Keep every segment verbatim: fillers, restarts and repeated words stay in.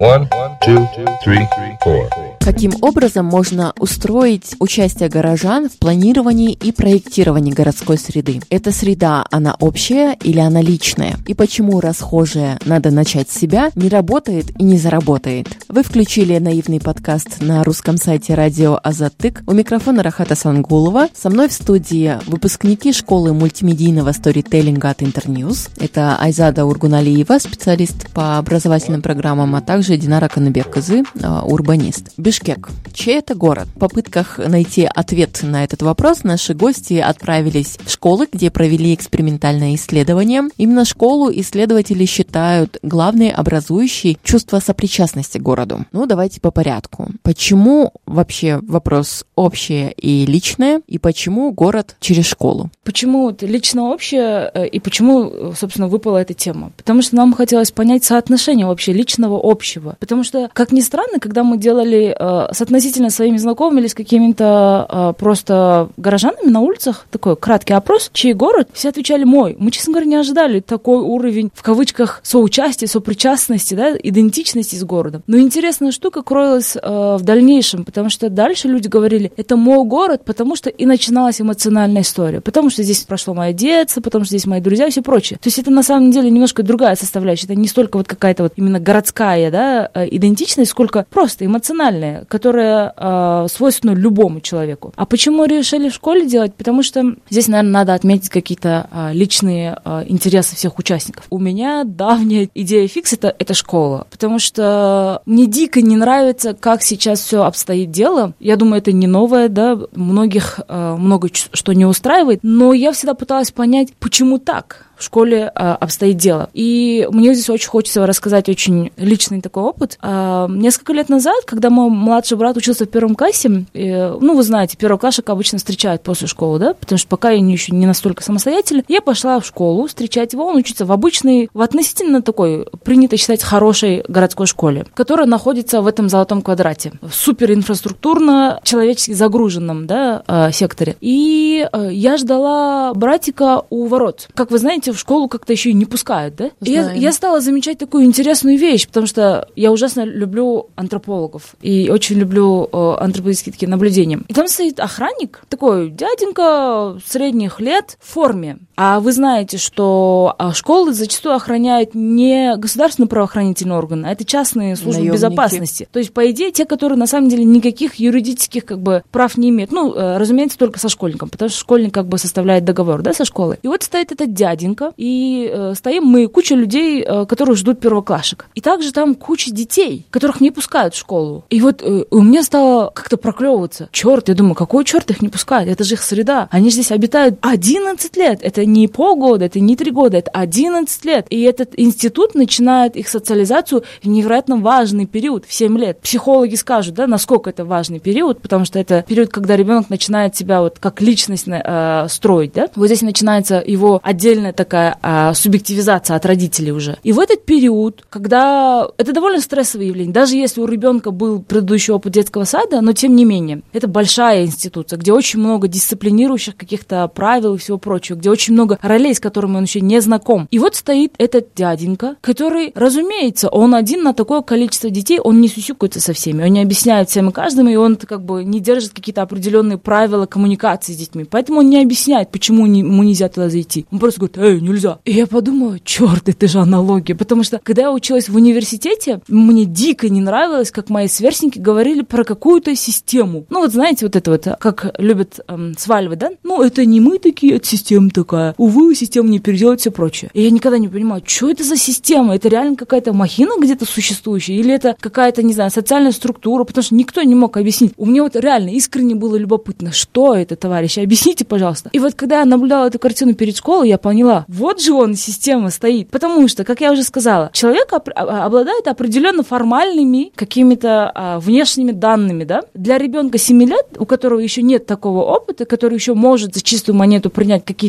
One, two, three, four. Каким образом можно устроить участие горожан в планировании и проектировании городской среды? Эта среда, она общая или она личная? И почему расхожее «надо начать с себя» не работает и не заработает? Вы включили наивный подкаст на русском сайте радио Азаттык. У микрофона Рахата Сангулова. Со мной в студии выпускники школы мультимедийного сторителлинга от Интерньюз. Это Айзада Ургуналиева, специалист по образовательным программам, а также Динара Каныбек-кызы, урбанист. Бишкек. Чей это город? В попытках найти ответ на этот вопрос наши гости отправились в школы, где провели экспериментальное исследование. Именно школу исследователи считают главной образующей чувство сопричастности к городу. Ну, давайте по порядку. Почему вообще вопрос общее и личное, и почему город через школу? Почему вот лично общее, и почему, собственно, выпала эта тема? Потому что нам хотелось понять соотношение вообще личного общего. Потому что, как ни странно, когда мы делали э, с относительно своими знакомыми или с какими-то э, просто горожанами на улицах, такой краткий опрос, чей город, все отвечали «мой». Мы, честно говоря, не ожидали такой уровень, в кавычках, соучастия, сопричастности, да, идентичности с городом. Но интересная штука кроилась э, в дальнейшем, потому что дальше люди говорили «это мой город», потому что и начиналась эмоциональная история, потому что здесь прошло мое детство, потому что здесь мои друзья и все прочее. То есть это на самом деле немножко другая составляющая, это не столько вот какая-то вот именно городская, да, идентичность, сколько просто эмоциональная, которая э, свойственна любому человеку. А почему решили в школе делать? Потому что здесь, наверное, надо отметить какие-то э, личные э, интересы всех участников. У меня давняя идея фикс это, это школа, потому что мне дико не нравится, как сейчас все обстоит дело. Я думаю, это не новое, да, многих э, много что не устраивает, но я всегда пыталась понять, почему так в школе а, обстоит дело. И мне здесь очень хочется рассказать очень личный такой опыт. А, несколько лет назад, когда мой младший брат учился в первом классе, и, ну, вы знаете, первоклашек обычно встречают после школы, да, потому что пока я не, еще не настолько самостоятельна, я пошла в школу встречать его, он учится в обычной, в относительно такой, принято считать, хорошей городской школе, которая находится в этом золотом квадрате, в суперинфраструктурно, человечески загруженном, да, секторе. И я ждала братика у ворот. Как вы знаете, в школу как-то еще и не пускают, да? И я, я стала замечать такую интересную вещь, потому что я ужасно люблю антропологов и очень люблю э, антропологические такие наблюдения. И там стоит охранник, такой дяденька средних лет в форме. А вы знаете, что школы зачастую охраняют не государственные правоохранительные органы, а это частные службы наемники. Безопасности. То есть, по идее, те, которые на самом деле никаких юридических как бы прав не имеют. Ну, э, разумеется, только со школьником, потому что школьник как бы составляет договор, да, со школой. И вот стоит этот дяденька, и э, стоим мы, куча людей, э, которые ждут первоклашек. И также там куча детей, которых не пускают в школу. И вот э, у меня стало как-то проклевываться. Черт, я думаю, какой черт их не пускает? Это же их среда. Они же здесь обитают одиннадцать лет. Это не полгода, это не три года, это одиннадцать лет. И этот институт начинает их социализацию в невероятно важный период, в семь лет. Психологи скажут, да, насколько это важный период, потому что это период, когда ребенок начинает себя вот как личность э, строить, да. Вот здесь начинается его отдельная такая а, субъективизация от родителей уже. И в этот период, когда это довольно стрессовое явление, даже если у ребенка был предыдущий опыт детского сада, но тем не менее, это большая институция, где очень много дисциплинирующих каких-то правил и всего прочего, где очень много ролей, с которыми он еще не знаком. И вот стоит этот дяденька, который, разумеется, он один на такое количество детей, он не сюсюкается со всеми, он не объясняет всем и каждому, и он как бы не держит какие-то определенные правила коммуникации с детьми. Поэтому он не объясняет, почему ему нельзя туда зайти. Он просто говорит: эй, нельзя. И я подумала, черт, это же аналогия. Потому что, когда я училась в университете, мне дико не нравилось, как мои сверстники говорили про какую-то систему. Ну, вот знаете, вот это вот, как любят эм, сваливать, да? Ну, это не мы такие, это система такая. Увы, система не переделает, все прочее. И я никогда не понимаю, что это за система? Это реально какая-то махина где-то существующая? Или это какая-то, не знаю, социальная структура? Потому что никто не мог объяснить. У меня вот реально искренне было любопытно, что это, товарищи? Объясните, пожалуйста. И вот, когда я наблюдала эту картину перед школой, я поняла, вот же он, система стоит. Потому что, как я уже сказала, человек оп- обладает определенно формальными какими-то а, внешними данными, да? Для ребенка семи лет, у которого еще нет такого опыта, который еще может за чистую монету принять какие-то даже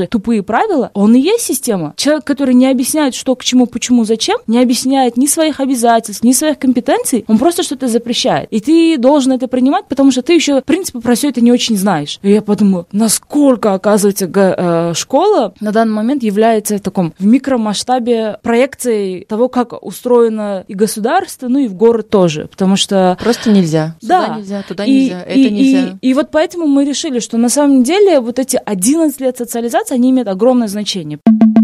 же тупые правила, он и есть система. Человек, который не объясняет, что к чему, почему, зачем, не объясняет ни своих обязательств, ни своих компетенций, он просто что-то запрещает. И ты должен это принимать, потому что ты еще, в принципе, про все это не очень знаешь. И я подумала, насколько, оказывается, г- школа на данный момент является в таком в микромасштабе проекцией того, как устроено и государство, ну и в город тоже, потому что... Просто нельзя. Да. Сюда нельзя, туда и, нельзя, это и, нельзя. И, и вот поэтому мы решили, что на самом деле вот эти одиннадцать лет социализации, они имеют огромное значение.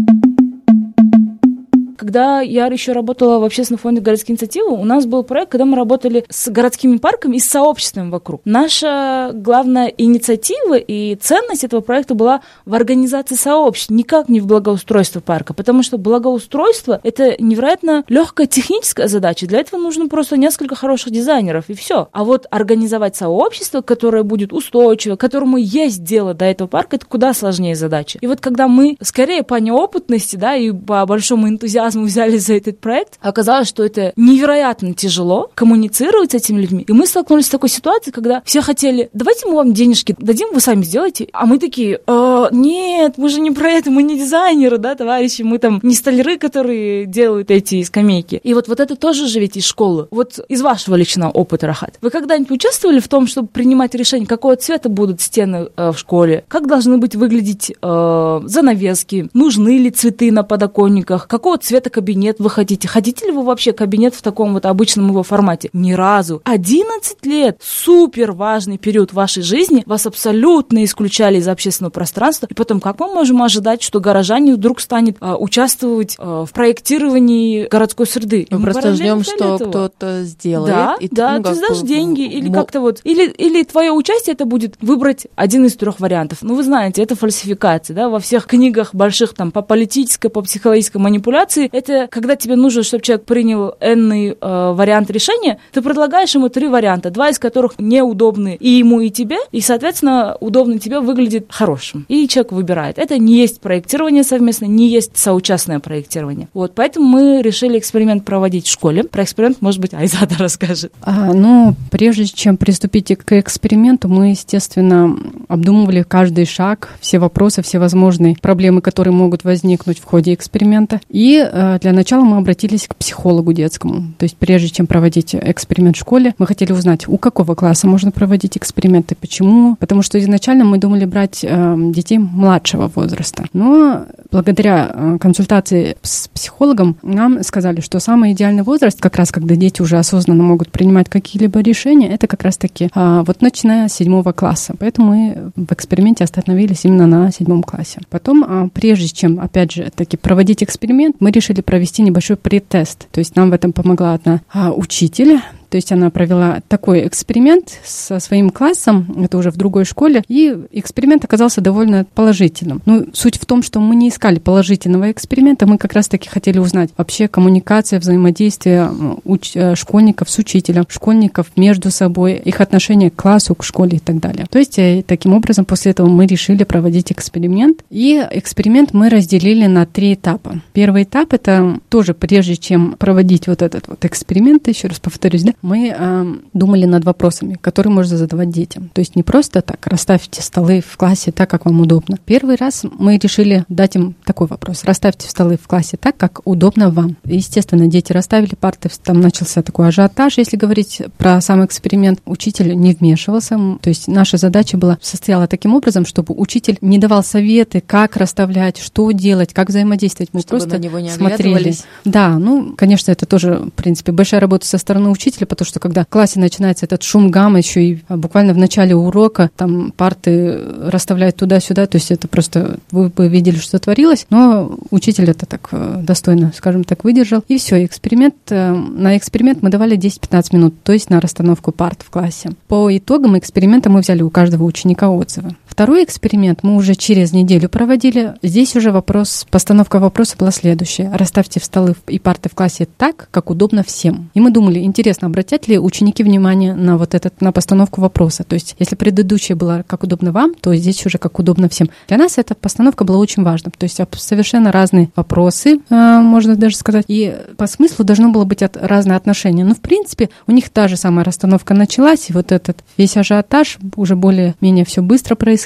Когда я еще работала в общественном фонде «Городские инициативы», у нас был проект, когда мы работали с городскими парками и с сообществами вокруг. Наша главная инициатива и ценность этого проекта была в организации сообществ, никак не в благоустройстве парка, потому что благоустройство — это невероятно легкая техническая задача. Для этого нужно просто несколько хороших дизайнеров, и все. А вот организовать сообщество, которое будет устойчиво, которому есть дело до этого парка, это куда сложнее задача. И вот когда мы, скорее по неопытности, да, и по большому энтузиазму взялись за этот проект, оказалось, что это невероятно тяжело коммуницировать с этими людьми. И мы столкнулись с такой ситуацией, когда все хотели, давайте мы вам денежки дадим, вы сами сделайте. А мы такие, э, нет, мы же не про это, мы не дизайнеры, да, товарищи, мы там не столяры, которые делают эти скамейки. И вот, вот это тоже же ведь из школы. Вот из вашего личного опыта, Рахат. Вы когда-нибудь участвовали в том, чтобы принимать решение, какого цвета будут стены э, в школе, как должны быть выглядеть э, занавески, нужны ли цветы на подоконниках, какого цвета кабинет вы хотите? Хотите ли вы вообще кабинет в таком вот обычном его формате? Ни разу. одиннадцать лет. Супер важный период вашей жизни. Вас абсолютно исключали из общественного пространства. И потом, как мы можем ожидать, что горожане вдруг станет а, участвовать а, в проектировании городской среды? Мы, мы просто ждем, что этого. кто-то сделает. Да, и да, ну, ты сдашь бы, деньги или мо... как-то вот. Или, или твое участие это будет выбрать один из трех вариантов. Ну, вы знаете, это фальсификация, да, во всех книгах больших там по политической, по психологической манипуляции. Это когда тебе нужно, чтобы человек принял энный э, вариант решения, ты предлагаешь ему три варианта, два из которых неудобны и ему, и тебе, и, соответственно, удобный тебе выглядит хорошим. И человек выбирает. Это не есть проектирование совместное, не есть соучастное проектирование. Вот, поэтому мы решили эксперимент проводить в школе. Про эксперимент, может быть, Айзада расскажет. А, ну, прежде чем приступить к эксперименту, мы, естественно, обдумывали каждый шаг, все вопросы, все возможные проблемы, которые могут возникнуть в ходе эксперимента. И э, для начала мы обратились к психологу детскому. То есть прежде чем проводить эксперимент в школе, мы хотели узнать, у какого класса можно проводить эксперименты, почему. Потому что изначально мы думали брать э, детей младшего возраста. Но благодаря э, консультации с психологом нам сказали, что самый идеальный возраст, как раз когда дети уже осознанно могут принимать какие-либо решения, это как раз-таки э, вот начиная с седьмого класса. Поэтому мы в эксперименте остановились именно на седьмом классе. Потом, э, прежде чем, опять же, таки проводить эксперимент, мы решили провести небольшой предтест. То есть нам в этом помогла одна а, учитель. То есть она провела такой эксперимент со своим классом, это уже в другой школе, и эксперимент оказался довольно положительным. Ну, суть в том, что мы не искали положительного эксперимента, мы как раз-таки хотели узнать вообще коммуникация, взаимодействие уч- школьников с учителем, школьников между собой, их отношение к классу, к школе и так далее. То есть таким образом после этого мы решили проводить эксперимент, и эксперимент мы разделили на три этапа. Первый этап — это тоже прежде чем проводить вот этот вот эксперимент, еще раз повторюсь, да, мы э, думали над вопросами, которые можно задавать детям. То есть не просто так, расставьте столы в классе так, как вам удобно. Первый раз мы решили дать им такой вопрос. Расставьте столы в классе так, как удобно вам. Естественно, дети расставили парты, там начался такой ажиотаж. Если говорить про сам эксперимент, учитель не вмешивался. То есть наша задача была, состояла таким образом, чтобы учитель не давал советы, как расставлять, что делать, как взаимодействовать. Мы чтобы просто на него не смотрели. Да, ну, конечно, это тоже, в принципе, большая работа со стороны учителя, потому что когда в классе начинается этот шум, гамма, еще и буквально в начале урока там парты расставляют туда-сюда, то есть это просто вы бы видели, что творилось, но учитель это так достойно, скажем так, выдержал. И все, эксперимент, на эксперимент мы давали десять-пятнадцать минут, то есть на расстановку парт в классе. По итогам эксперимента мы взяли у каждого ученика отзывы. Второй эксперимент мы уже через неделю проводили. Здесь уже вопрос, постановка вопроса была следующая. Расставьте в столы и парты в классе так, как удобно всем. И мы думали, интересно, обратят ли ученики внимание на вот этот, на постановку вопроса. То есть, если предыдущая была как удобно вам, то здесь уже как удобно всем. Для нас эта постановка была очень важна. То есть, совершенно разные вопросы, можно даже сказать. И по смыслу должно было быть от, разное отношение. Но, в принципе, у них та же самая расстановка началась, и вот этот весь ажиотаж уже более-менее все быстро происходило.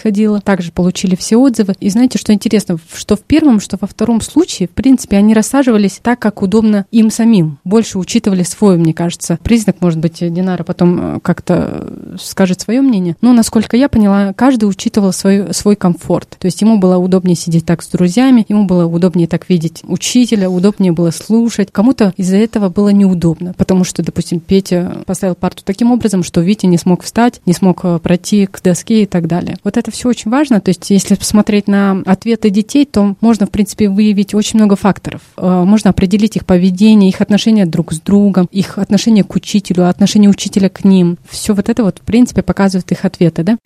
происходило. Также получили все отзывы. И знаете, что интересно, что в первом, что во втором случае, в принципе, они рассаживались так, как удобно им самим. Больше учитывали свой, мне кажется, признак. Может быть, Динара потом как-то скажет свое мнение. Но, насколько я поняла, каждый учитывал свой, свой комфорт. То есть ему было удобнее сидеть так с друзьями, ему было удобнее так видеть учителя, удобнее было слушать. Кому-то из-за этого было неудобно, потому что, допустим, Петя поставил парту таким образом, что Витя не смог встать, не смог пройти к доске и так далее. Вот это все очень важно. То есть если посмотреть на ответы детей, то можно, в принципе, выявить очень много факторов. Можно определить их поведение, их отношения друг с другом, их отношение к учителю, отношение учителя к ним. Все вот это вот, в принципе, показывает их ответы, да?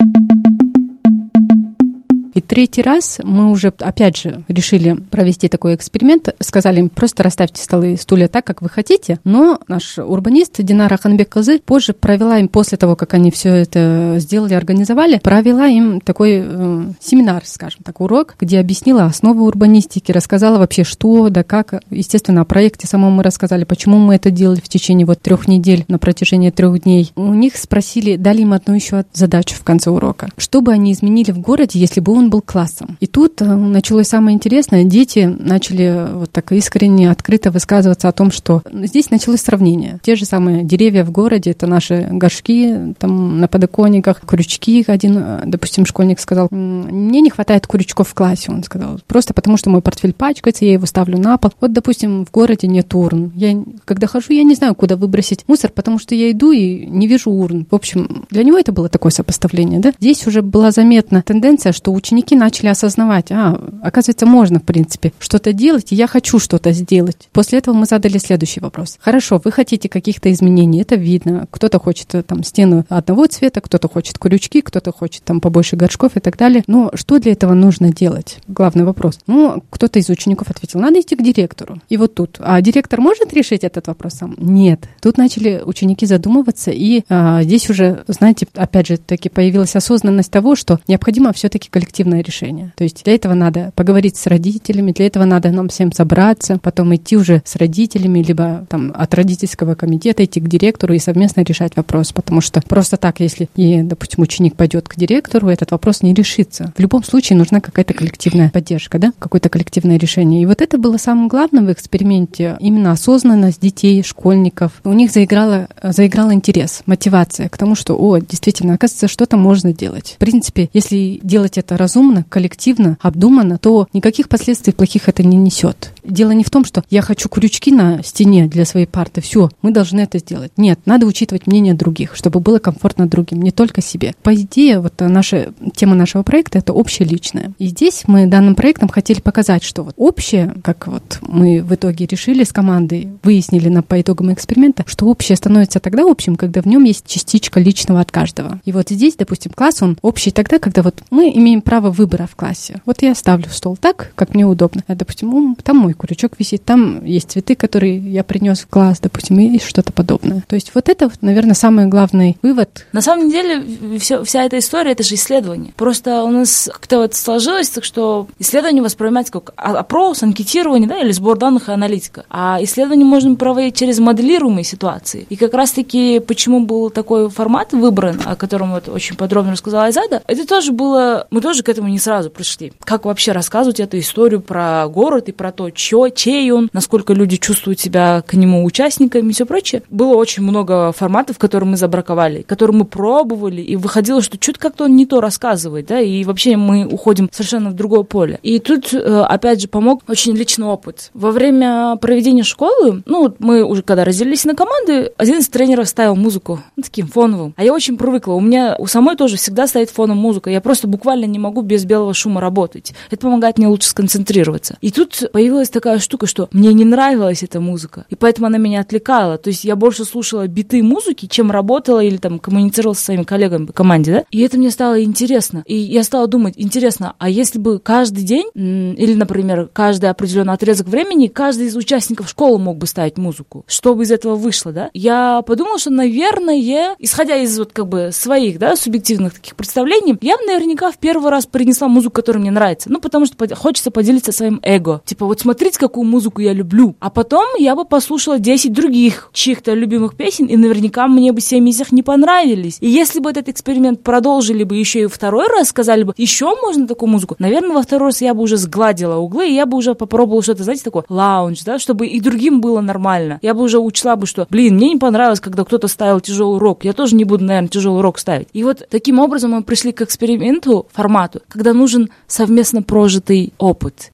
И третий раз мы уже, опять же, решили провести такой эксперимент. Сказали им, просто расставьте столы и стулья так, как вы хотите. Но наш урбанист Динара Ханбек-кызы позже провела им, после того, как они все это сделали, организовали, провела им такой э, семинар, скажем так, урок, где объяснила основы урбанистики, рассказала вообще, что, да как. Естественно, о проекте самом мы рассказали, почему мы это делали в течение вот трех недель, на протяжении трех дней. У них спросили, дали им одну еще задачу в конце урока. Что бы они изменили в городе, если бы он был классом. И тут началось самое интересное. Дети начали вот так искренне, открыто высказываться о том, что здесь началось сравнение. Те же самые деревья в городе, это наши горшки там на подоконниках, крючки. Один, допустим, школьник сказал, мне не хватает крючков в классе, он сказал, просто потому что мой портфель пачкается, я его ставлю на пол. Вот, допустим, в городе нет урн. Я, когда хожу, я не знаю, куда выбросить мусор, потому что я иду и не вижу урн. В общем, для него это было такое сопоставление, да? Здесь уже была заметна тенденция, что ученики начали осознавать, а, оказывается, можно, в принципе, что-то делать, и я хочу что-то сделать. После этого мы задали следующий вопрос. Хорошо, вы хотите каких-то изменений, это видно. Кто-то хочет там стену одного цвета, кто-то хочет крючки, кто-то хочет там побольше горшков и так далее. Но что для этого нужно делать? Главный вопрос. Ну, кто-то из учеников ответил, надо идти к директору. И вот тут. А директор может решить этот вопрос сам? Нет. Тут начали ученики задумываться, и а, здесь уже, знаете, опять же, таки появилась осознанность того, что необходимо все-таки коллективное решение. То есть для этого надо поговорить с родителями, для этого надо нам всем собраться, потом идти уже с родителями, либо там от родительского комитета идти к директору и совместно решать вопрос, потому что просто так, если, и, допустим, ученик пойдет к директору, этот вопрос не решится. В любом случае нужна какая-то коллективная поддержка, да, какое-то коллективное решение. И вот это было самым главным в эксперименте, именно осознанность детей, школьников. У них заиграла, заиграл интерес, мотивация к тому, что, о, действительно, оказывается, что-то можно делать. В принципе, если делать это разумно, коллективно, обдуманно, то никаких последствий плохих это не несет. Дело не в том, что я хочу крючки на стене для своей парты, все, мы должны это сделать. Нет, надо учитывать мнение других, чтобы было комфортно другим, не только себе. По идее, вот наша тема нашего проекта — это общее личное. И здесь мы данным проектом хотели показать, что вот общее, как вот мы в итоге решили с командой, выяснили на, по итогам эксперимента, что общее становится тогда общим, когда в нем есть частичка личного от каждого. И вот здесь, допустим, класс, он общий тогда, когда вот мы имеем право выбора в классе. Вот я ставлю стол так, как мне удобно. А, допустим, там мой крючок висит, там есть цветы, которые я принес в класс, допустим, и что-то подобное. То есть вот это, наверное, самый главный вывод. На самом деле, все, вся эта история — это же исследование. Просто у нас как-то вот сложилось так, что исследование воспринимается как опрос, анкетирование, да, или сбор данных и аналитика. А исследование можно проводить через моделируемые ситуации. И как раз-таки, почему был такой формат выбран, о котором вот очень подробно рассказала Айзада, это тоже было... Мы тоже к этому не сразу пришли. Как вообще рассказывать эту историю про город и про то, чё, чей он, насколько люди чувствуют себя к нему участниками и все прочее. Было очень много форматов, которые мы забраковали, которые мы пробовали, и выходило, что что-то как-то он не то рассказывает, да, и вообще мы уходим совершенно в другое поле. И тут, опять же, помог очень личный опыт. Во время проведения школы, ну, мы уже когда разделились на команды, один из тренеров ставил музыку, ну, таким фоновым. А я очень привыкла. У меня у самой тоже всегда стоит фоном музыка. Я просто буквально не могу без белого шума работать. Это помогает мне лучше сконцентрироваться. И тут появилась такая штука, что мне не нравилась эта музыка, и поэтому она меня отвлекала. То есть я больше слушала биты музыки, чем работала или там коммуницировала со своими коллегами по команде, да? И это мне стало интересно. И я стала думать, интересно, а если бы каждый день, или, например, каждый определенный отрезок времени, каждый из участников школы мог бы ставить музыку, что бы из этого вышло, да? Я подумала, что, наверное, исходя из вот как бы своих, да, субъективных таких представлений, я бы наверняка в первый раз принесла музыку, которая мне нравится. Ну, потому что хочется поделиться своим эго. Типа, вот смотри, смотрите, какую музыку я люблю. А потом я бы послушала десять других чьих-то любимых песен, и наверняка мне бы семь из них не понравились. И если бы этот эксперимент продолжили бы еще и второй раз, сказали бы, еще можно такую музыку, наверное, во второй раз я бы уже сгладила углы, и я бы уже попробовала что-то, знаете, такое лаунж, да, чтобы и другим было нормально. Я бы уже учла бы, что, блин, мне не понравилось, когда кто-то ставил тяжелый рок, я тоже не буду, наверное, тяжелый рок ставить. И вот таким образом мы пришли к эксперименту, формату, когда нужен совместно прожитый опыт.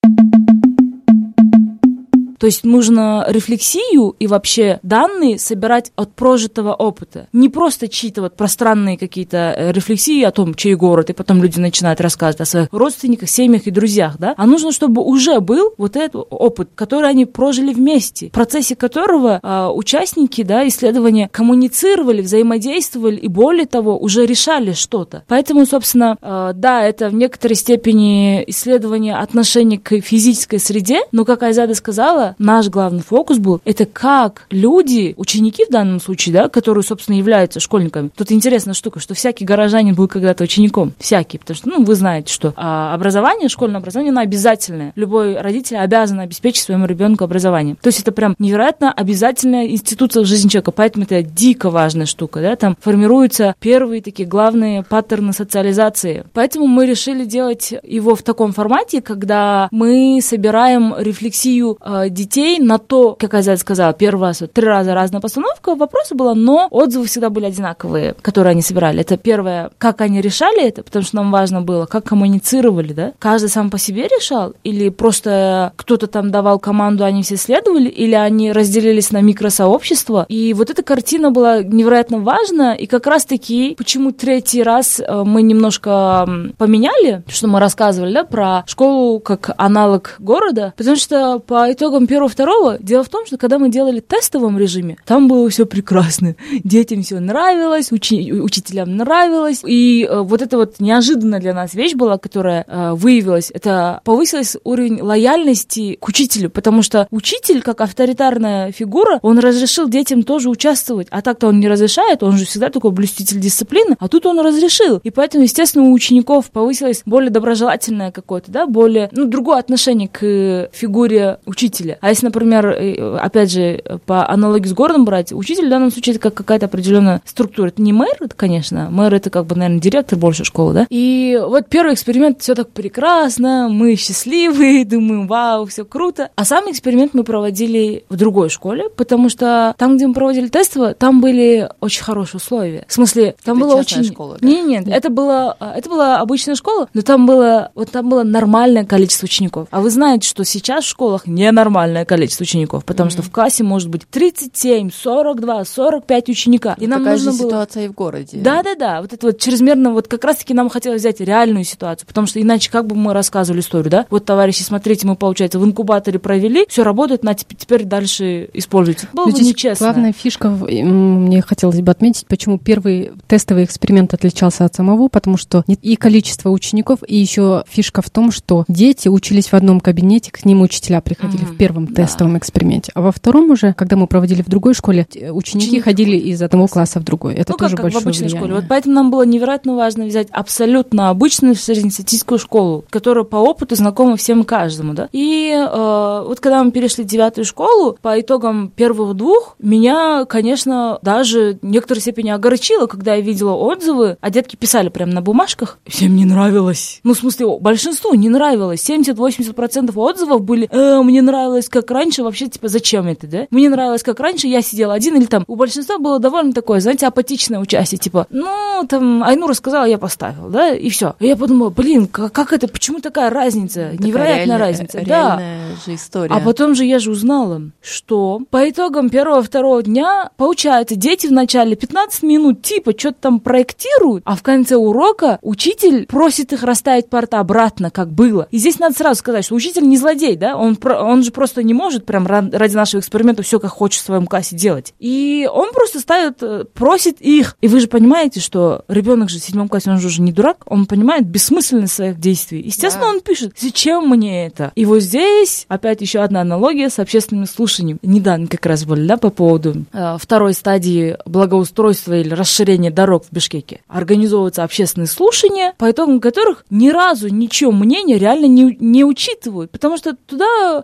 То есть нужно рефлексию и вообще данные собирать от прожитого опыта. Не просто чьи-то вот пространные какие-то рефлексии о том, чей город, и потом люди начинают рассказывать о своих родственниках, семьях и друзьях, да? А нужно, чтобы уже был вот этот опыт, который они прожили вместе, в процессе которого э, участники, да, исследования коммуницировали, взаимодействовали и, более того, уже решали что-то. Поэтому, собственно, э, да, это в некоторой степени исследование отношений к физической среде, но, как Айзада сказала, наш главный фокус был, это как люди, ученики в данном случае, да, которые, собственно, являются школьниками. Тут интересная штука, что всякий горожанин был когда-то учеником. Всякий, потому что, ну, вы знаете, что а, образование, школьное образование, оно обязательное. Любой родитель обязан обеспечить своему ребенку образование. То есть это прям невероятно обязательная институция в жизни человека, поэтому это дико важная штука, да, там формируются первые такие главные паттерны социализации. Поэтому мы решили делать его в таком формате, когда мы собираем рефлексию э, детей на то, как Айзада сказала, первый раз, вот, три раза разная постановка вопроса была, но отзывы всегда были одинаковые, которые они собирали. Это первое, как они решали это, потому что нам важно было, как коммуницировали, да? Каждый сам по себе решал, или просто кто-то там давал команду, они все следовали, или они разделились на микросообщества. И вот эта картина была невероятно важна, и как раз-таки, почему третий раз мы немножко поменяли, что мы рассказывали, да, про школу как аналог города, потому что по итогам первого-второго, дело в том, что когда мы делали в тестовом режиме, там было все прекрасно. Детям все нравилось, учи- учителям нравилось. И э, вот это вот неожиданная для нас вещь была, которая э, выявилась, это повысился уровень лояльности к учителю, потому что учитель, как авторитарная фигура, он разрешил детям тоже участвовать, а так-то он не разрешает, он же всегда такой блюститель дисциплины, а тут он разрешил. И поэтому, естественно, у учеников повысилось более доброжелательное какое-то, да, более, ну, другое отношение к фигуре учителя. А если, например, опять же, по аналогии с городом брать, учитель в данном случае это как какая-то определенная структура. Это не мэр, это, конечно, мэр это как бы, наверное, директор больше школы, да? И вот первый эксперимент, все так прекрасно, мы счастливые, думаем, вау, все круто. А сам эксперимент мы проводили в другой школе, потому что там, где мы проводили тестово, там были очень хорошие условия. В смысле, там это было очень... школа, да? Нет, нет, это была, это была обычная школа, но там было, вот там было нормальное количество учеников. А вы знаете, что сейчас в школах ненормальное количество учеников, потому mm-hmm. что в классе может быть тридцать семь, сорок два, сорок пять ученика. И ну, нам такая нужно же было... ситуация и в городе. Да-да-да, вот это вот чрезмерно, вот как раз-таки нам хотелось взять реальную ситуацию, потому что иначе как бы мы рассказывали историю, да? Вот, товарищи, смотрите, мы, получается, в инкубаторе провели, все работает, на теперь дальше используйте. Было бы нечестно. Главная фишка, мне хотелось бы отметить, почему первый тестовый эксперимент отличался от самого, потому что и количество учеников, и еще фишка в том, что дети учились в одном кабинете, к ним учителя приходили mm-hmm. в первом да. тестовом эксперименте, а во втором уже, когда мы проводили в другой школе, ученики Ученик... ходили из одного класса в другой. Это ну, тоже как, большое как в обычной влияние. школе. Вот поэтому нам было невероятно важно взять абсолютно обычную среднестатистическую школу, которая по опыту знакома всем и каждому, да. И э, вот когда мы перешли в девятую школу, по итогам первых двух, меня, конечно, даже в некоторой степени огорчило, когда я видела отзывы, а детки писали прямо на бумажках, всем не нравилось. Ну, в смысле, большинству не нравилось. семьдесят-восемьдесят процентов отзывов были, э, мне нравилось, как раньше, вообще, типа, зачем это, да? Мне нравилось, как раньше, я сидела один, или там, у большинства было довольно такое, знаете, апатичное участие, типа, ну, там, Айнура сказала, я поставил, да, и все. И я подумала, блин, как, как это, почему такая разница? Такая Невероятная реальная, разница. Реальная да. же история. А потом же я же узнала, что по итогам первого-второго дня, получается, дети вначале пятнадцать минут, типа, что-то там проектируют, а в конце урока учитель просит их расставить парты обратно, как было. И здесь надо сразу сказать, что учитель не злодей, да, он, он же просто не может прям ради нашего эксперимента все как хочет в своем классе делать. И он просто ставит, просит их. И вы же понимаете, что ребенок же в седьмом классе, он же уже не дурак, он понимает бессмысленность своих действий. Естественно, да. Он пишет, зачем мне это? И вот здесь опять еще одна аналогия с общественным слушанием. Недавно как раз были, да, по поводу э, второй стадии благоустройства или расширения дорог в Бишкеке. Организовываются общественные слушания, по итогам которых ни разу ничего мнения реально не, не учитывают, потому что туда собирают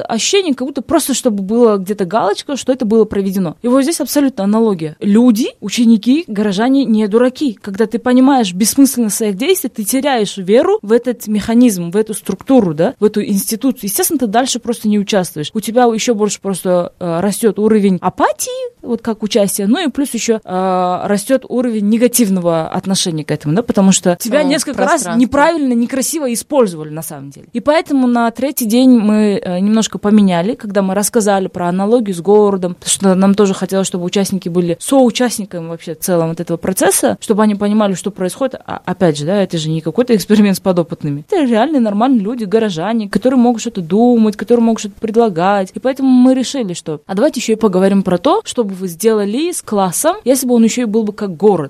ощущение, как будто просто, чтобы было где-то галочка, что это было проведено. И вот здесь абсолютно аналогия. Люди, ученики, горожане не дураки. Когда ты понимаешь бессмысленность своих действий, ты теряешь веру в этот механизм, в эту структуру, да, в эту институцию. Естественно, ты дальше просто не участвуешь. У тебя еще больше просто э, растет уровень апатии, вот как участие, ну и плюс еще э, растет уровень негативного отношения к этому, да, потому что тебя О, несколько раз неправильно, некрасиво использовали на самом деле. И поэтому на третий день мы э, немножко поменяли, когда мы рассказали про аналогию с городом, потому что нам тоже хотелось, чтобы участники были соучастниками вообще в целом вот этого процесса, чтобы они понимали, что происходит. А, опять же, да, это же не какой-то эксперимент с подопытными. Это реальные нормальные люди, горожане, которые могут что-то думать, которые могут что-то предлагать. И поэтому мы решили, что а давайте еще и поговорим про то, что бы вы сделали с классом, если бы он еще и был бы как город.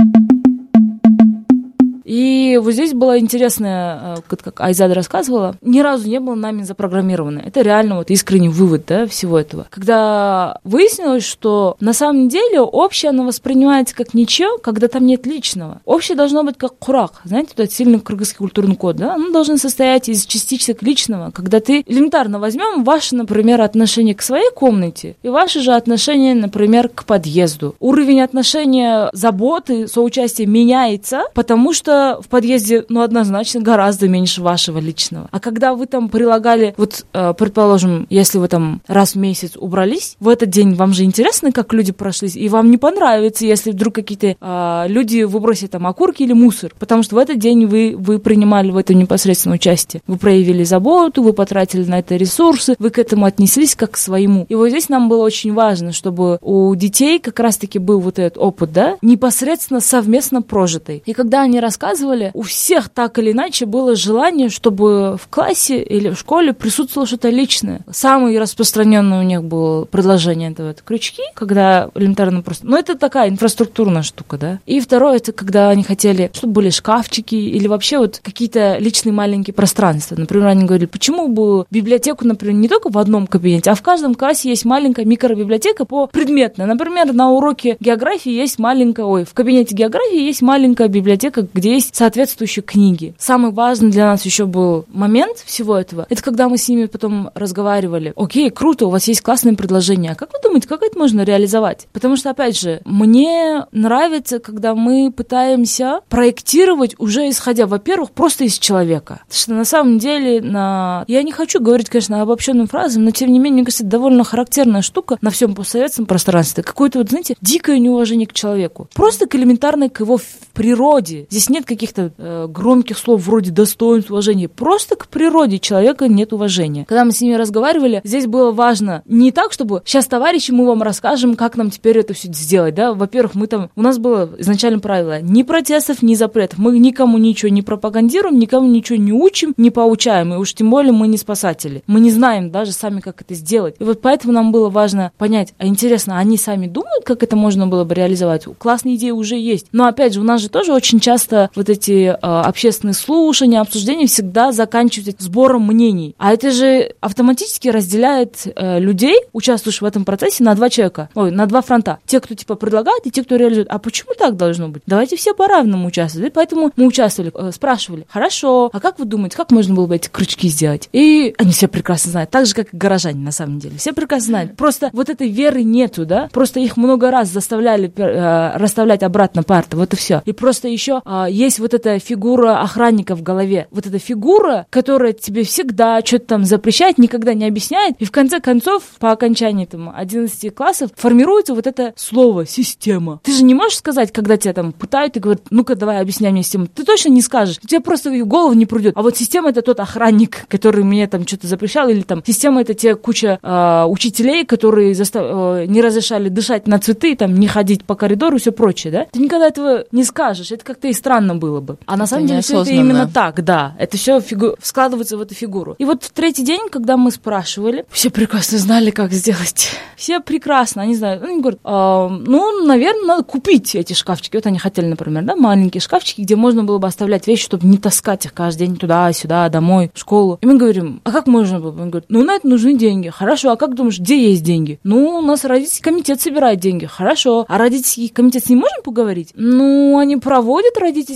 И вот здесь было интересно, как Айзада рассказывала, ни разу не было нами запрограммировано. Это реально вот искренний вывод, да, всего этого. Когда выяснилось, что на самом деле общее оно воспринимается как ничего, когда там нет личного. Общее должно быть как курак. Знаете, вот этот сильный кыргызский культурный код, да? Оно должно состоять из частичек личного. Когда ты элементарно возьмем ваше, например, отношение к своей комнате и ваше же отношение, например, к подъезду. Уровень отношения, заботы, соучастия меняется, потому что в подъезде, ну, однозначно гораздо меньше вашего личного. А когда вы там прилагали, вот, э, предположим, если вы там раз в месяц убрались, в этот день вам же интересно, как люди прошлись, и вам не понравится, если вдруг какие-то э, люди выбросили там окурки или мусор, потому что в этот день вы, вы принимали в этом непосредственно участие. Вы проявили заботу, вы потратили на это ресурсы, вы к этому отнеслись как к своему. И вот здесь нам было очень важно, чтобы у детей как раз-таки был вот этот опыт, да, непосредственно совместно прожитый. И когда они рассказывали, у всех так или иначе было желание, чтобы в классе или в школе присутствовало что-то личное. Самое распространенное у них было предложение это вот крючки, когда элементарно просто... Ну, это такая инфраструктурная штука, да. И второе, это когда они хотели, чтобы были шкафчики или вообще вот какие-то личные маленькие пространства. Например, они говорили, почему бы библиотеку, например, не только в одном кабинете, а в каждом классе есть маленькая микробиблиотека по предметно. Например, на уроке географии есть маленькая... Ой, в кабинете географии есть маленькая библиотека, где есть соответствующие книги. Самый важный для нас еще был момент всего этого, это когда мы с ними потом разговаривали. Окей, круто, у вас есть классные предложения. А как вы думаете, как это можно реализовать? Потому что, опять же, мне нравится, когда мы пытаемся проектировать уже исходя, во-первых, просто из человека. Потому что на самом деле, на... я не хочу говорить, конечно, обобщенным фразам, но тем не менее, мне кажется, это довольно характерная штука на всем постсоветском пространстве. Какое-то, вот, знаете, дикое неуважение к человеку. Просто к элементарной, к его природе. Здесь нет каких-то э, громких слов вроде достоинств, уважения. Просто к природе человека нет уважения. Когда мы с ними разговаривали, здесь было важно не так, чтобы сейчас, товарищи, мы вам расскажем, как нам теперь это все сделать, да. Во-первых, мы там, у нас было изначально правило ни протестов, ни запретов. Мы никому ничего не пропагандируем, никому ничего не учим, не поучаем, и уж тем более мы не спасатели. Мы не знаем даже сами, как это сделать. И вот поэтому нам было важно понять, а интересно, они сами думают, как это можно было бы реализовать? Классные идеи уже есть. Но опять же, у нас же тоже очень часто вот эти э, общественные слушания, обсуждения всегда заканчиваются сбором мнений. А это же автоматически разделяет э, людей, участвующих в этом процессе, на два человека. Ой, на два фронта. Те, кто типа предлагает, и те, кто реализует. А почему так должно быть? Давайте все по-равному участвовать. И поэтому мы участвовали, э, спрашивали, хорошо, а как вы думаете, как можно было бы эти крючки сделать? И они все прекрасно знают. Так же, как и горожане, на самом деле. Все прекрасно знают. Просто вот этой веры нету, да? Просто их много раз заставляли э, расставлять обратно парты. Вот и все. И просто еще э, есть вот эта фигура охранника в голове. Вот эта фигура, которая тебе всегда что-то там запрещает, никогда не объясняет. И в конце концов, по окончании там одиннадцати классов, формируется вот это слово «система». Ты же не можешь сказать, когда тебя там пытают и говорят, ну-ка давай объясняй мне систему. Ты точно не скажешь. Тебе просто в голову не придет. А вот система — это тот охранник, который мне там что-то запрещал, или там система — это те куча э, учителей, которые застав... э, не разрешали дышать на цветы, там, не ходить по коридору и все прочее, да? Ты никогда этого не скажешь. Это как-то и странно было бы. А на самом деле все это именно так, да. Это все фигу... складывается в эту фигуру. И вот в третий день, когда мы спрашивали, все прекрасно знали, как сделать. Все прекрасно, они знают. Они говорят, а, ну, наверное, надо купить эти шкафчики. Вот они хотели, например, да, маленькие шкафчики, где можно было бы оставлять вещи, чтобы не таскать их каждый день туда-сюда, домой, в школу. И мы говорим, а как можно было? Он говорит, ну, на это нужны деньги. Хорошо, а как думаешь, где есть деньги? Ну, у нас родительский комитет собирает деньги. Хорошо. А родительский комитет с ним можем поговорить? Ну, они проводят родительский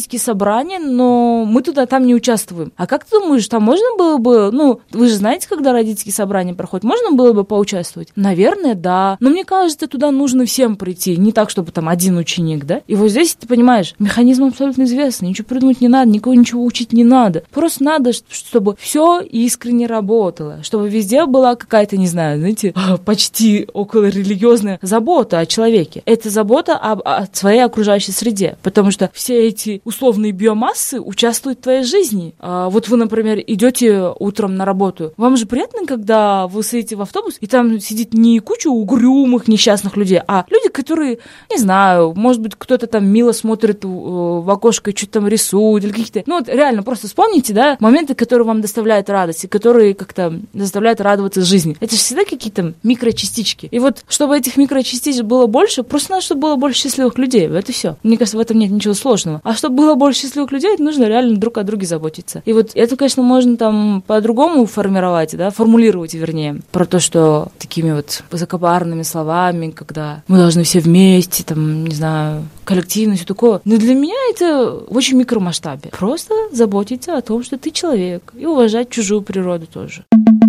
родительские собрания, но мы туда там не участвуем. А как ты думаешь, там можно было бы, ну, вы же знаете, когда родительские собрания проходят, можно было бы поучаствовать? Наверное, да. Но мне кажется, туда нужно всем прийти, не так, чтобы там один ученик, да? И вот здесь, ты понимаешь, механизм абсолютно известный, ничего придумать не надо, никого ничего учить не надо. Просто надо, чтобы все искренне работало, чтобы везде была какая-то, не знаю, знаете, почти около религиозная забота о человеке. Это забота об, о своей окружающей среде, потому что все эти условные биомассы участвуют в твоей жизни. А вот вы, например, идете утром на работу, вам же приятно, когда вы сидите в автобус, и там сидит не куча угрюмых, несчастных людей, а люди, которые, не знаю, может быть, кто-то там мило смотрит в окошко и что-то там рисует, или какие-то, ну вот реально, просто вспомните, да, моменты, которые вам доставляют радость, и которые как-то заставляют радоваться жизни. Это же всегда какие-то микрочастички. И вот, чтобы этих микрочастичек было больше, просто надо, чтобы было больше счастливых людей. Это все. Мне кажется, в этом нет ничего сложного. А чтобы было больше счастливых людей, это нужно реально друг о друге заботиться. И вот это, конечно, можно там по-другому формировать, да, формулировать, вернее, про то, что такими вот высокопарными словами, когда мы должны все вместе, там, не знаю, коллективно, все такое. Но для меня это в очень микромасштабе. Просто заботиться о том, что ты человек, и уважать чужую природу тоже.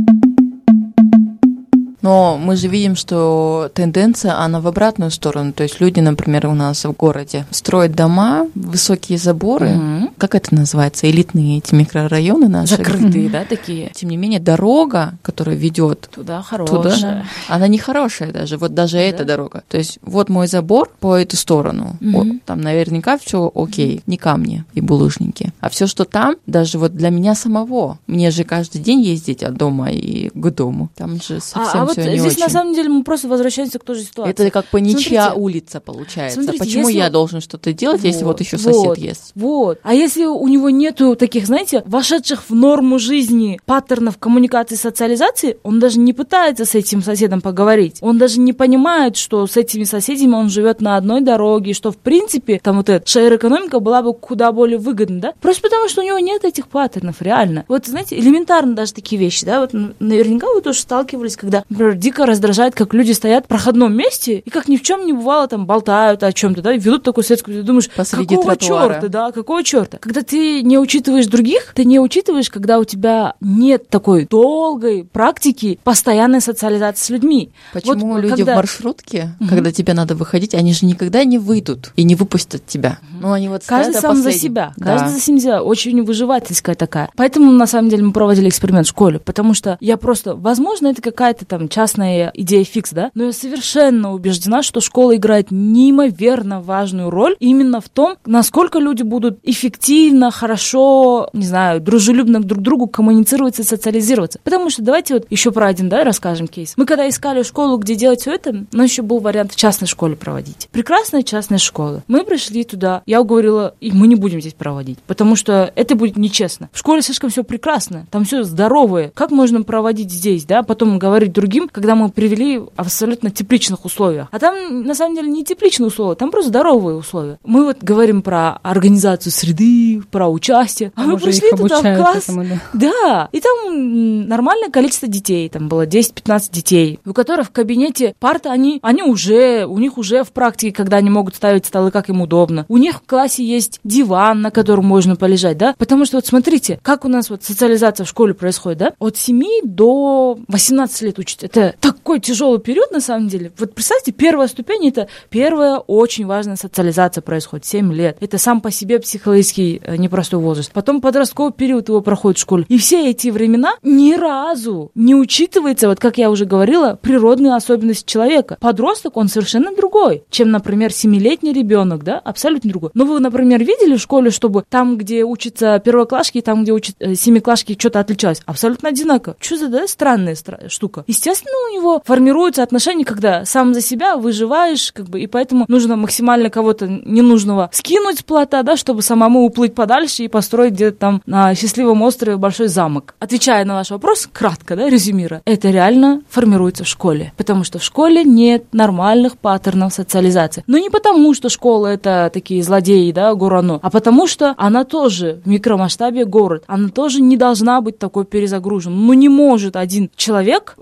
Но мы же видим, что тенденция, она в обратную сторону. То есть люди, например, у нас в городе строят дома, высокие заборы. Mm-hmm. Как это называется? Элитные эти микрорайоны наши. Закрытые, mm-hmm. да, такие? Тем не менее, дорога, которая ведет туда, хорошая. Туда, она не хорошая даже. Вот даже да? эта дорога. То есть вот мой забор по эту сторону. Mm-hmm. Вот, там наверняка все окей. Mm-hmm. Не камни и булыжники. А все, что там, даже вот для меня самого. Мне же каждый день ездить от дома и к дому. Там же совсем а, а вот здесь, очень. На самом деле, мы просто возвращаемся к той же ситуации. Это как бы ничья Смотрите, улица получается. Смотрите, Почему если... я должен что-то делать, вот, если вот еще вот, сосед есть? Вот. А если у него нету таких, знаете, вошедших в норму жизни паттернов коммуникации, социализации, он даже не пытается с этим соседом поговорить. Он даже не понимает, что с этими соседями он живет на одной дороге, что, в принципе, там вот эта шеэр-экономика была бы куда более выгодна, да? Просто потому, что у него нет этих паттернов, реально. Вот, знаете, элементарно даже такие вещи, да? Вот наверняка вы тоже сталкивались, когда, например, дико раздражает, как люди стоят в проходном месте и как ни в чем не бывало там болтают о чем-то, да, и ведут такую светскую, ты думаешь, посреди какого тротуара. черта, да, какого черта? Когда ты не учитываешь других, ты не учитываешь, когда у тебя нет такой долгой практики постоянной социализации с людьми. Почему вот, люди когда... в маршрутке, угу. когда тебе надо выходить, они же никогда не выйдут и не выпустят тебя. Угу. Ну, они вот каждый сам последним. за себя, да. каждый за себя, очень выживательская такая. Поэтому, на самом деле, мы проводили эксперимент в школе, потому что я просто, возможно, это какая-то там частная идея фикс, да, но я совершенно убеждена, что школа играет неимоверно важную роль именно в том, насколько люди будут эффективно, хорошо, не знаю, дружелюбно друг к другу коммуницировать и социализироваться. Потому что давайте вот еще про один, да, расскажем кейс. Мы когда искали школу, где делать все это, но еще был вариант в частной школе проводить. Прекрасная частная школа. Мы пришли туда, я уговорила, и мы не будем здесь проводить, потому что это будет нечестно. В школе слишком все прекрасно, там все здоровое. Как можно проводить здесь, да, потом говорить другим, когда мы привели в абсолютно тепличных условиях. А там, на самом деле, не тепличные условия, там просто здоровые условия. Мы вот говорим про организацию среды, про участие. А, а мы пришли туда в класс. Этому, да. да, и там нормальное количество детей, там было десять-пятнадцать детей, у которых в кабинете парты, они, они уже, у них уже в практике, когда они могут ставить столы, как им удобно. У них в классе есть диван, на котором можно полежать, да, потому что вот смотрите, как у нас вот социализация в школе происходит, да, от семи до восемнадцати лет учат. Это такой тяжелый период, на самом деле. Вот представьте, первая ступень — это первая очень важная социализация происходит, семь лет. Это сам по себе психологический непростой возраст. Потом подростковый период его проходит в школе. И все эти времена ни разу не учитывается, вот как я уже говорила, природные особенности человека. Подросток, он совершенно другой, чем, например, семилетний ребенок, да, абсолютно другой. Но вы, например, видели в школе, чтобы там, где учатся первоклашки, и там, где учат э, семиклашки, что-то отличалось? Абсолютно одинаково. Что за, да, странная стра- штука. Естественно, у него формируются отношения, когда сам за себя выживаешь, как бы, и поэтому нужно максимально кого-то ненужного скинуть с плота, да, чтобы самому уплыть подальше и построить где-то там на счастливом острове большой замок. Отвечая на ваш вопрос, кратко, да, резюмируя, это реально формируется в школе, потому что в школе нет нормальных паттернов социализации. Но не потому, что школа — это такие злодеи, да, Горано, а потому что она тоже в микромасштабе город, она тоже не должна быть такой перезагружена. Ну, не может один человек в день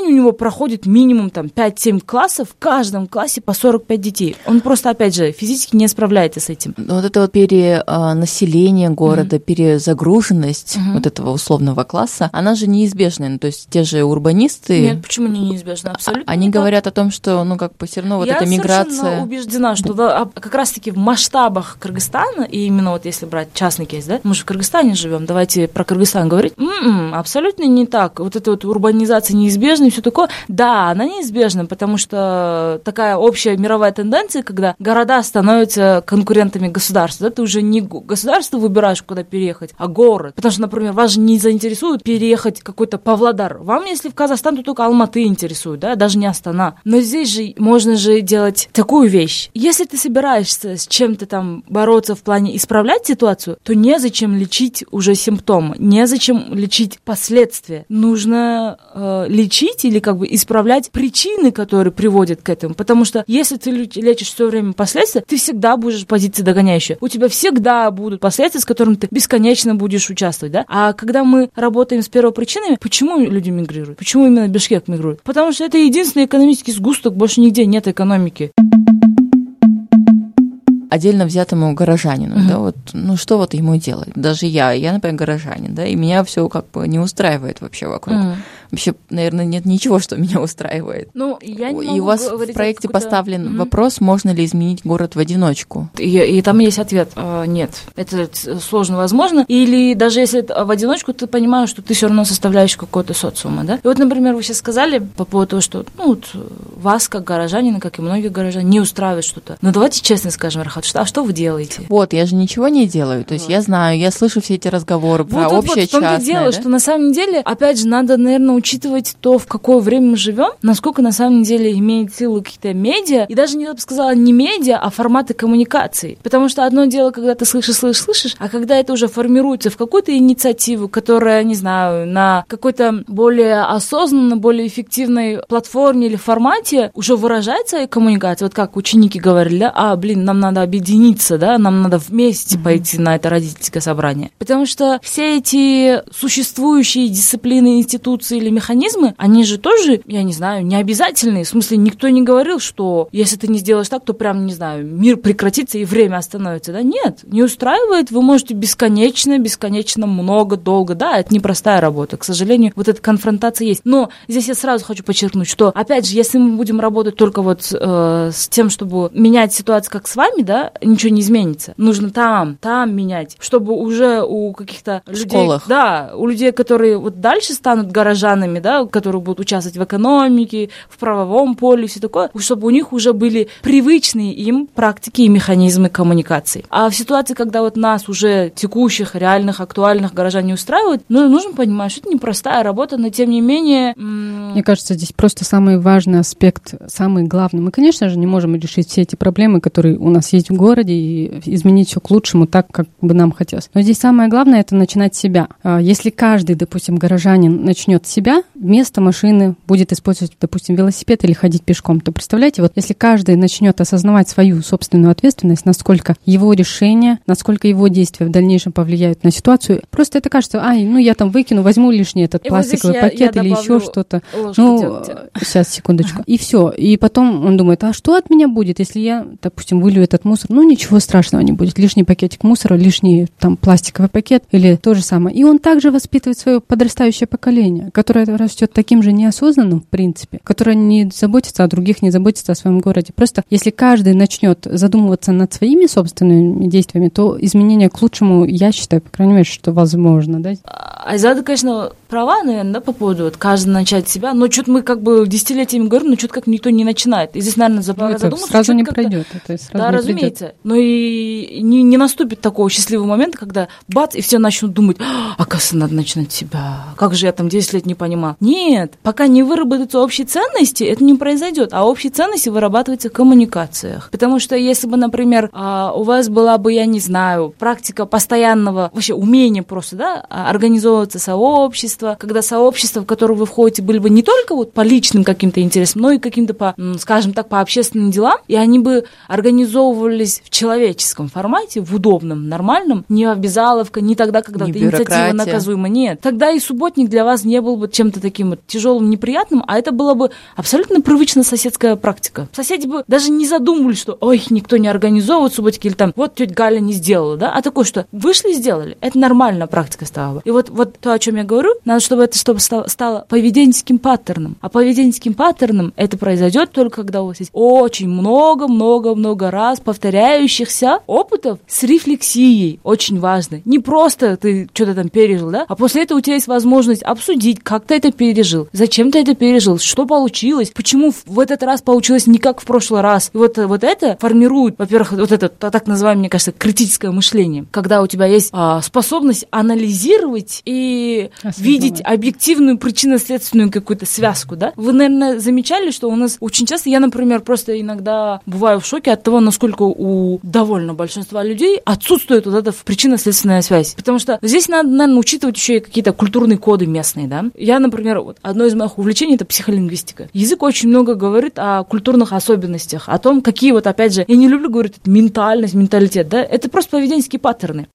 день у него проходит минимум там пять-семь классов, в каждом классе по сорок пять детей. Он просто, опять же, физически не справляется с этим. Вот это вот перенаселение города, mm-hmm. перезагруженность mm-hmm. вот этого условного класса, она же неизбежная. Ну, то есть те же урбанисты... Нет, почему не неизбежна? Абсолютно. Они не говорят так. о том, что, ну, как бы все равно вот Я эта миграция... Я совершенно убеждена, что да, как раз-таки в масштабах Кыргызстана, и именно вот если брать частный кейс, да, мы же в Кыргызстане живем, давайте про Кыргызстан говорить. М-м, абсолютно не так. Вот эта вот урбанизация неизбежна и все такое. Да, она неизбежна, потому что такая общая мировая тенденция, когда города становятся конкурентами государства, да, ты уже не государство выбираешь, куда переехать, а город. Потому что, например, вас же не заинтересует переехать какой-то Павлодар. Вам, если в Казахстан, то только Алматы интересует, да, даже не Астана. Но здесь же можно же делать такую вещь. Если ты собираешься с чем-то там бороться в плане исправлять ситуацию, то незачем лечить уже симптомы, незачем лечить последствия. Нужно э, лечить или как бы исправлять причины, которые приводят к этому. Потому что если ты лечишь все время последствия, ты всегда будешь в позиции догоняющей. У тебя всегда будут последствия, с которыми ты бесконечно будешь участвовать, да? А когда мы работаем с первопричинами, почему люди мигрируют? Почему именно Бишкек мигрирует? Потому что это единственный экономический сгусток, больше нигде нет экономики. Отдельно взятому горожанину, uh-huh. да, вот, ну что вот ему делать? Даже я, я, например, горожанин, да, и меня все как бы не устраивает вообще вокруг. Uh-huh. Вообще, наверное, нет ничего, что меня устраивает. Ну, я не и у вас в проекте поставлен uh-huh. вопрос, можно ли изменить город в одиночку? И, и там есть ответ. А, нет, это сложно возможно. Или даже если это в одиночку, ты понимаешь, что ты все равно составляешь какой-то социума, да? И вот, например, вы сейчас сказали по поводу того, что, ну, вот вас, как горожанина, как и многих горожан, не устраивает что-то. Но давайте честно скажем, Рахат, что, а что вы делаете? Вот, я же ничего не делаю. То есть вот. Я знаю, я слышу все эти разговоры вот, про вот, общее, вот, в том-то частное. дело, да? что на самом деле, опять же, надо, наверное, учитывать то, в какое время мы живем, насколько на самом деле имеет силу какие-то медиа, и даже, я бы сказала, не медиа, а форматы коммуникации. Потому что одно дело, когда ты слышишь, слышишь, слышишь, а когда это уже формируется в какую-то инициативу, которая, не знаю, на какой-то более осознанной, более эффективной платформе или формате уже выражается коммуникация. Вот как ученики говорили, да, а, блин, нам надо объединиться, да, нам надо вместе mm-hmm. пойти на это родительское собрание. Потому что все эти существующие дисциплины, институции или механизмы, они же тоже, я не знаю, не обязательные. В смысле, никто не говорил, что если ты не сделаешь так, то прям, не знаю, мир прекратится и время остановится, да? Нет, не устраивает. Вы можете бесконечно, бесконечно много, долго, да, это непростая работа. К сожалению, вот эта конфронтация есть. Но здесь я сразу хочу подчеркнуть, что, опять же, если мы будем работать только вот э, с тем, чтобы менять ситуацию, как с вами, да, ничего не изменится. Нужно там, там менять, чтобы уже у каких-то в людей... школах. Да, у людей, которые вот дальше станут горожанами, да, которые будут участвовать в экономике, в правовом поле, все такое, чтобы у них уже были привычные им практики и механизмы коммуникации. А в ситуации, когда вот нас уже текущих, реальных, актуальных горожан не устраивают, ну, нужно понимать, что это непростая работа, но тем не менее... М- Мне кажется, здесь просто самый важный аспект, самый главный. Мы, конечно же, не можем решить все эти проблемы, которые у нас есть в городе, и изменить все к лучшему так, как бы нам хотелось. Но здесь самое главное — это начинать с себя. Если каждый, допустим, горожанин начнет с себя, вместо машины будет использовать, допустим, велосипед или ходить пешком, то представляете, вот если каждый начнет осознавать свою собственную ответственность, насколько его решения, насколько его действия в дальнейшем повлияют на ситуацию, просто это кажется, ай, ну я там выкину, возьму лишний этот и пластиковый вот пакет я, я или еще что-то. Ну, дегтя. Сейчас, секундочку. И все. И потом он думает, а что от меня будет, если я, допустим, вылью этот мусор? Ну, ничего страшного не будет. Лишний пакетик мусора, лишний там пластиковый пакет или то же самое. И он также воспитывает свое подрастающее поколение, которое растет таким же неосознанным, в принципе, которое не заботится о других, не заботится о своем городе. Просто если каждый начнет задумываться над своими собственными действиями, то изменения к лучшему, я считаю, по крайней мере, что возможно, да? Айзада, конечно, права, наверное, да, по поводу вот каждый начать себя, но что-то мы как бы десятилетиями говорим, но что-то как никто не начинает. И здесь, наверное, пора ну, задуматься. Сразу не пройдет. Это сразу да, не разумеется. Придет. Но и не, не наступит такого счастливого момента, когда бац, и все начнут думать, а, оказывается, надо начинать с себя. Как же я там десять лет не понимал. Нет, пока не выработаются общие ценности, это не произойдет. А общие ценности вырабатываются в коммуникациях. Потому что если бы, например, у вас была бы, я не знаю, практика постоянного, вообще умения просто, да, организовываться сообщество, когда сообщество, в которое вы входите, были бы не только вот по личным каким-то интересам, но и каким-то, по, скажем так, по общественным делам, и они бы организовывали организовывались в человеческом формате, в удобном, нормальном, не обязаловка, не тогда, когда ты инициатива наказуема. Нет. Тогда и субботник для вас не был бы чем-то таким вот тяжелым, неприятным, а это была бы абсолютно привычная соседская практика. Соседи бы даже не задумывались, что ой, никто не организовывает субботники, или там вот тетя Галя не сделала, да, а такое, что вышли и сделали. Это нормальная практика стала бы. И вот, вот то, о чем я говорю, надо, чтобы это чтобы стало, стало поведенческим паттерном. А поведенческим паттерном это произойдет только когда у вас есть очень много-много-много раз повторяющихся опытов с рефлексией. Очень важно. Не просто ты что-то там пережил, да, а после этого у тебя есть возможность обсудить, как ты это пережил, зачем ты это пережил, что получилось, почему в этот раз получилось не как в прошлый раз. И вот, вот это формирует, во-первых, вот это так называемое, мне кажется, критическое мышление, когда у тебя есть а, способность анализировать и Осознавать. видеть объективную причинно-следственную какую-то связку, да. Вы, наверное, замечали, что у нас очень часто, я, например, просто иногда бываю в шоке от того, насколько у довольно большинства людей отсутствует вот эта причинно-следственная связь. Потому что здесь надо, наверное, учитывать еще и какие-то культурные коды местные, да. Я, например, вот одно из моих увлечений — это психолингвистика. Язык очень много говорит о культурных особенностях, о том, какие вот, опять же, я не люблю говорить ментальность, менталитет, да, это просто поведенческие паттерны.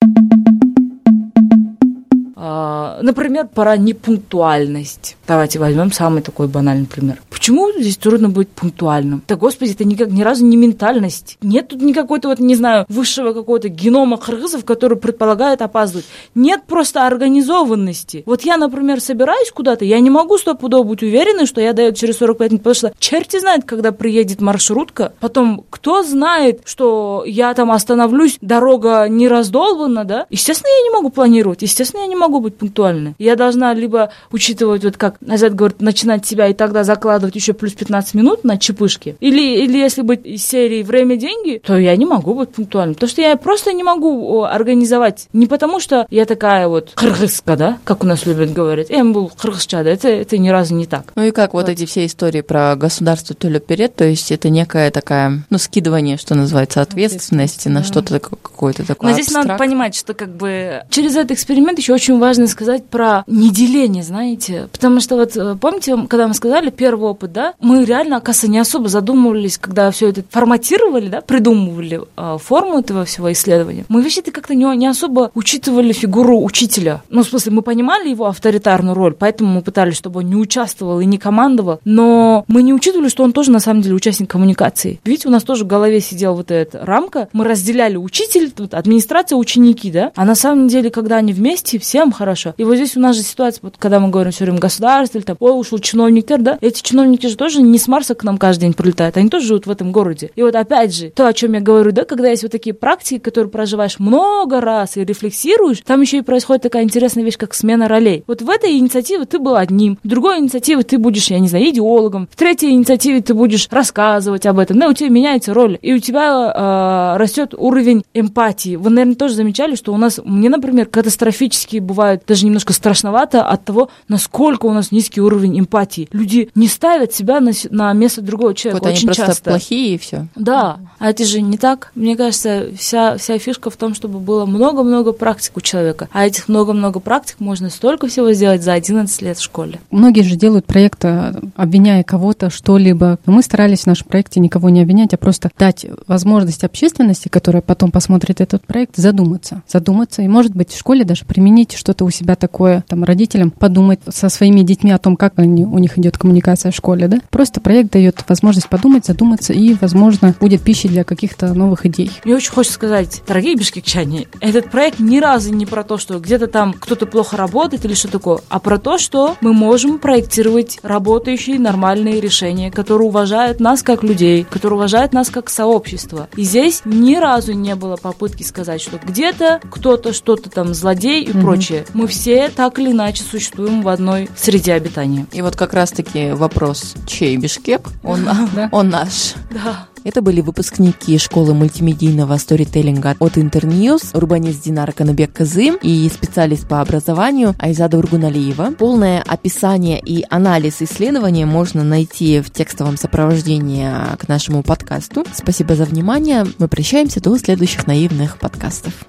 Например, про непунктуальность. Давайте возьмем самый такой банальный пример. Почему здесь трудно быть пунктуальным? Да, господи, это никак, ни разу не ментальность. Нет тут никакой-то, вот, не знаю, высшего какого-то генома кыргызов, который предполагает опаздывать. Нет просто организованности. Вот я, например, собираюсь куда-то, я не могу стопудово быть уверенной, что я даю через сорок пять минут, потому что черти знает, когда приедет маршрутка. Потом, кто знает, что я там остановлюсь, дорога не раздолбана, да? Естественно, я не могу планировать, естественно, я не могу быть пунктуальной. Я должна либо учитывать, вот как Назят говорит, начинать себя и тогда закладывать еще плюс пятнадцать минут на чепышки. Или, или если быть из серии «Время – деньги», то я не могу быть пунктуальной. Потому что я просто не могу организовать. Не потому что я такая вот кыргызка, да, как у нас любят говорить. Я был кыргызча, да, это, это ни разу не так. Ну и как вот, вот эти все истории про государство төлөп берет, то есть это некая такая, ну, скидывание, что называется, ответственности на да. что-то какое-то такое. Но здесь абстракт. Надо понимать, что как бы через этот эксперимент еще очень важно сказать про неделение, знаете, потому что вот помните, когда мы сказали первый опыт, да, мы реально, оказывается, не особо задумывались, когда все это форматировали, да, придумывали э, форму этого всего исследования. Мы вообще-то как-то не, не особо учитывали фигуру учителя. Ну, в смысле, мы понимали его авторитарную роль, поэтому мы пытались, чтобы он не участвовал и не командовал, но мы не учитывали, что он тоже, на самом деле, участник коммуникации. Видите, у нас тоже в голове сидела вот эта рамка, мы разделяли учитель, тут администрация, ученики, да, а на самом деле, когда они вместе, всем хорошо. И вот здесь у нас же ситуация, вот когда мы говорим все время государство, или там, ой, ушел чиновник, да, эти чиновники же тоже не с Марса к нам каждый день прилетают, они тоже живут в этом городе. И вот опять же, то, о чем я говорю, да, когда есть вот такие практики, которые проживаешь много раз и рефлексируешь, там еще и происходит такая интересная вещь, как смена ролей. Вот в этой инициативе ты был одним, в другой инициативе ты будешь, я не знаю, идеологом, в третьей инициативе ты будешь рассказывать об этом, да, у тебя меняется роль, и у тебя э, растет уровень эмпатии. Вы, наверное, тоже замечали, что у нас, мне, например, катастрофически бывает даже немножко страшновато от того, насколько у нас низкий уровень эмпатии. Люди не ставят себя на, на место другого человека. Вот очень они часто. Просто плохие и все. Да, а это же не так. Мне кажется, вся, вся фишка в том, чтобы было много-много практик у человека. А этих много-много практик можно столько всего сделать за одиннадцать лет в школе. Многие же делают проекты, обвиняя кого-то, что-либо. Но мы старались в нашем проекте никого не обвинять, а просто дать возможность общественности, которая потом посмотрит этот проект, задуматься. Задуматься и, может быть, в школе даже применить что-то у себя такое, там, родителям подумать со своими детьми о том, как они, у них идет коммуникация в школе, да? Просто проект дает возможность подумать, задуматься, и, возможно, будет пищей для каких-то новых идей. Мне очень хочется сказать, дорогие бишкекчане, этот проект ни разу не про то, что где-то там кто-то плохо работает или что такое, а про то, что мы можем проектировать работающие нормальные решения, которые уважают нас как людей, которые уважают нас как сообщество. И здесь ни разу не было попытки сказать, что где-то кто-то что-то там злодей и mm-hmm. прочее. Мы все так или иначе существуем в одной среде обитания. И вот как раз-таки вопрос, чей Бишкек? Он, он наш. Да. Это были выпускники школы мультимедийного сторителлинга от Интерньюз, урбанист Динара Канабек-Кызым и специалист по образованию Айзада Ургуналиева. Полное описание и анализ исследования можно найти в текстовом сопровождении к нашему подкасту. Спасибо за внимание. Мы прощаемся до следующих наивных подкастов.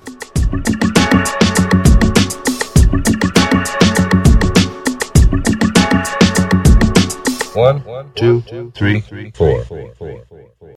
One, two, three, four.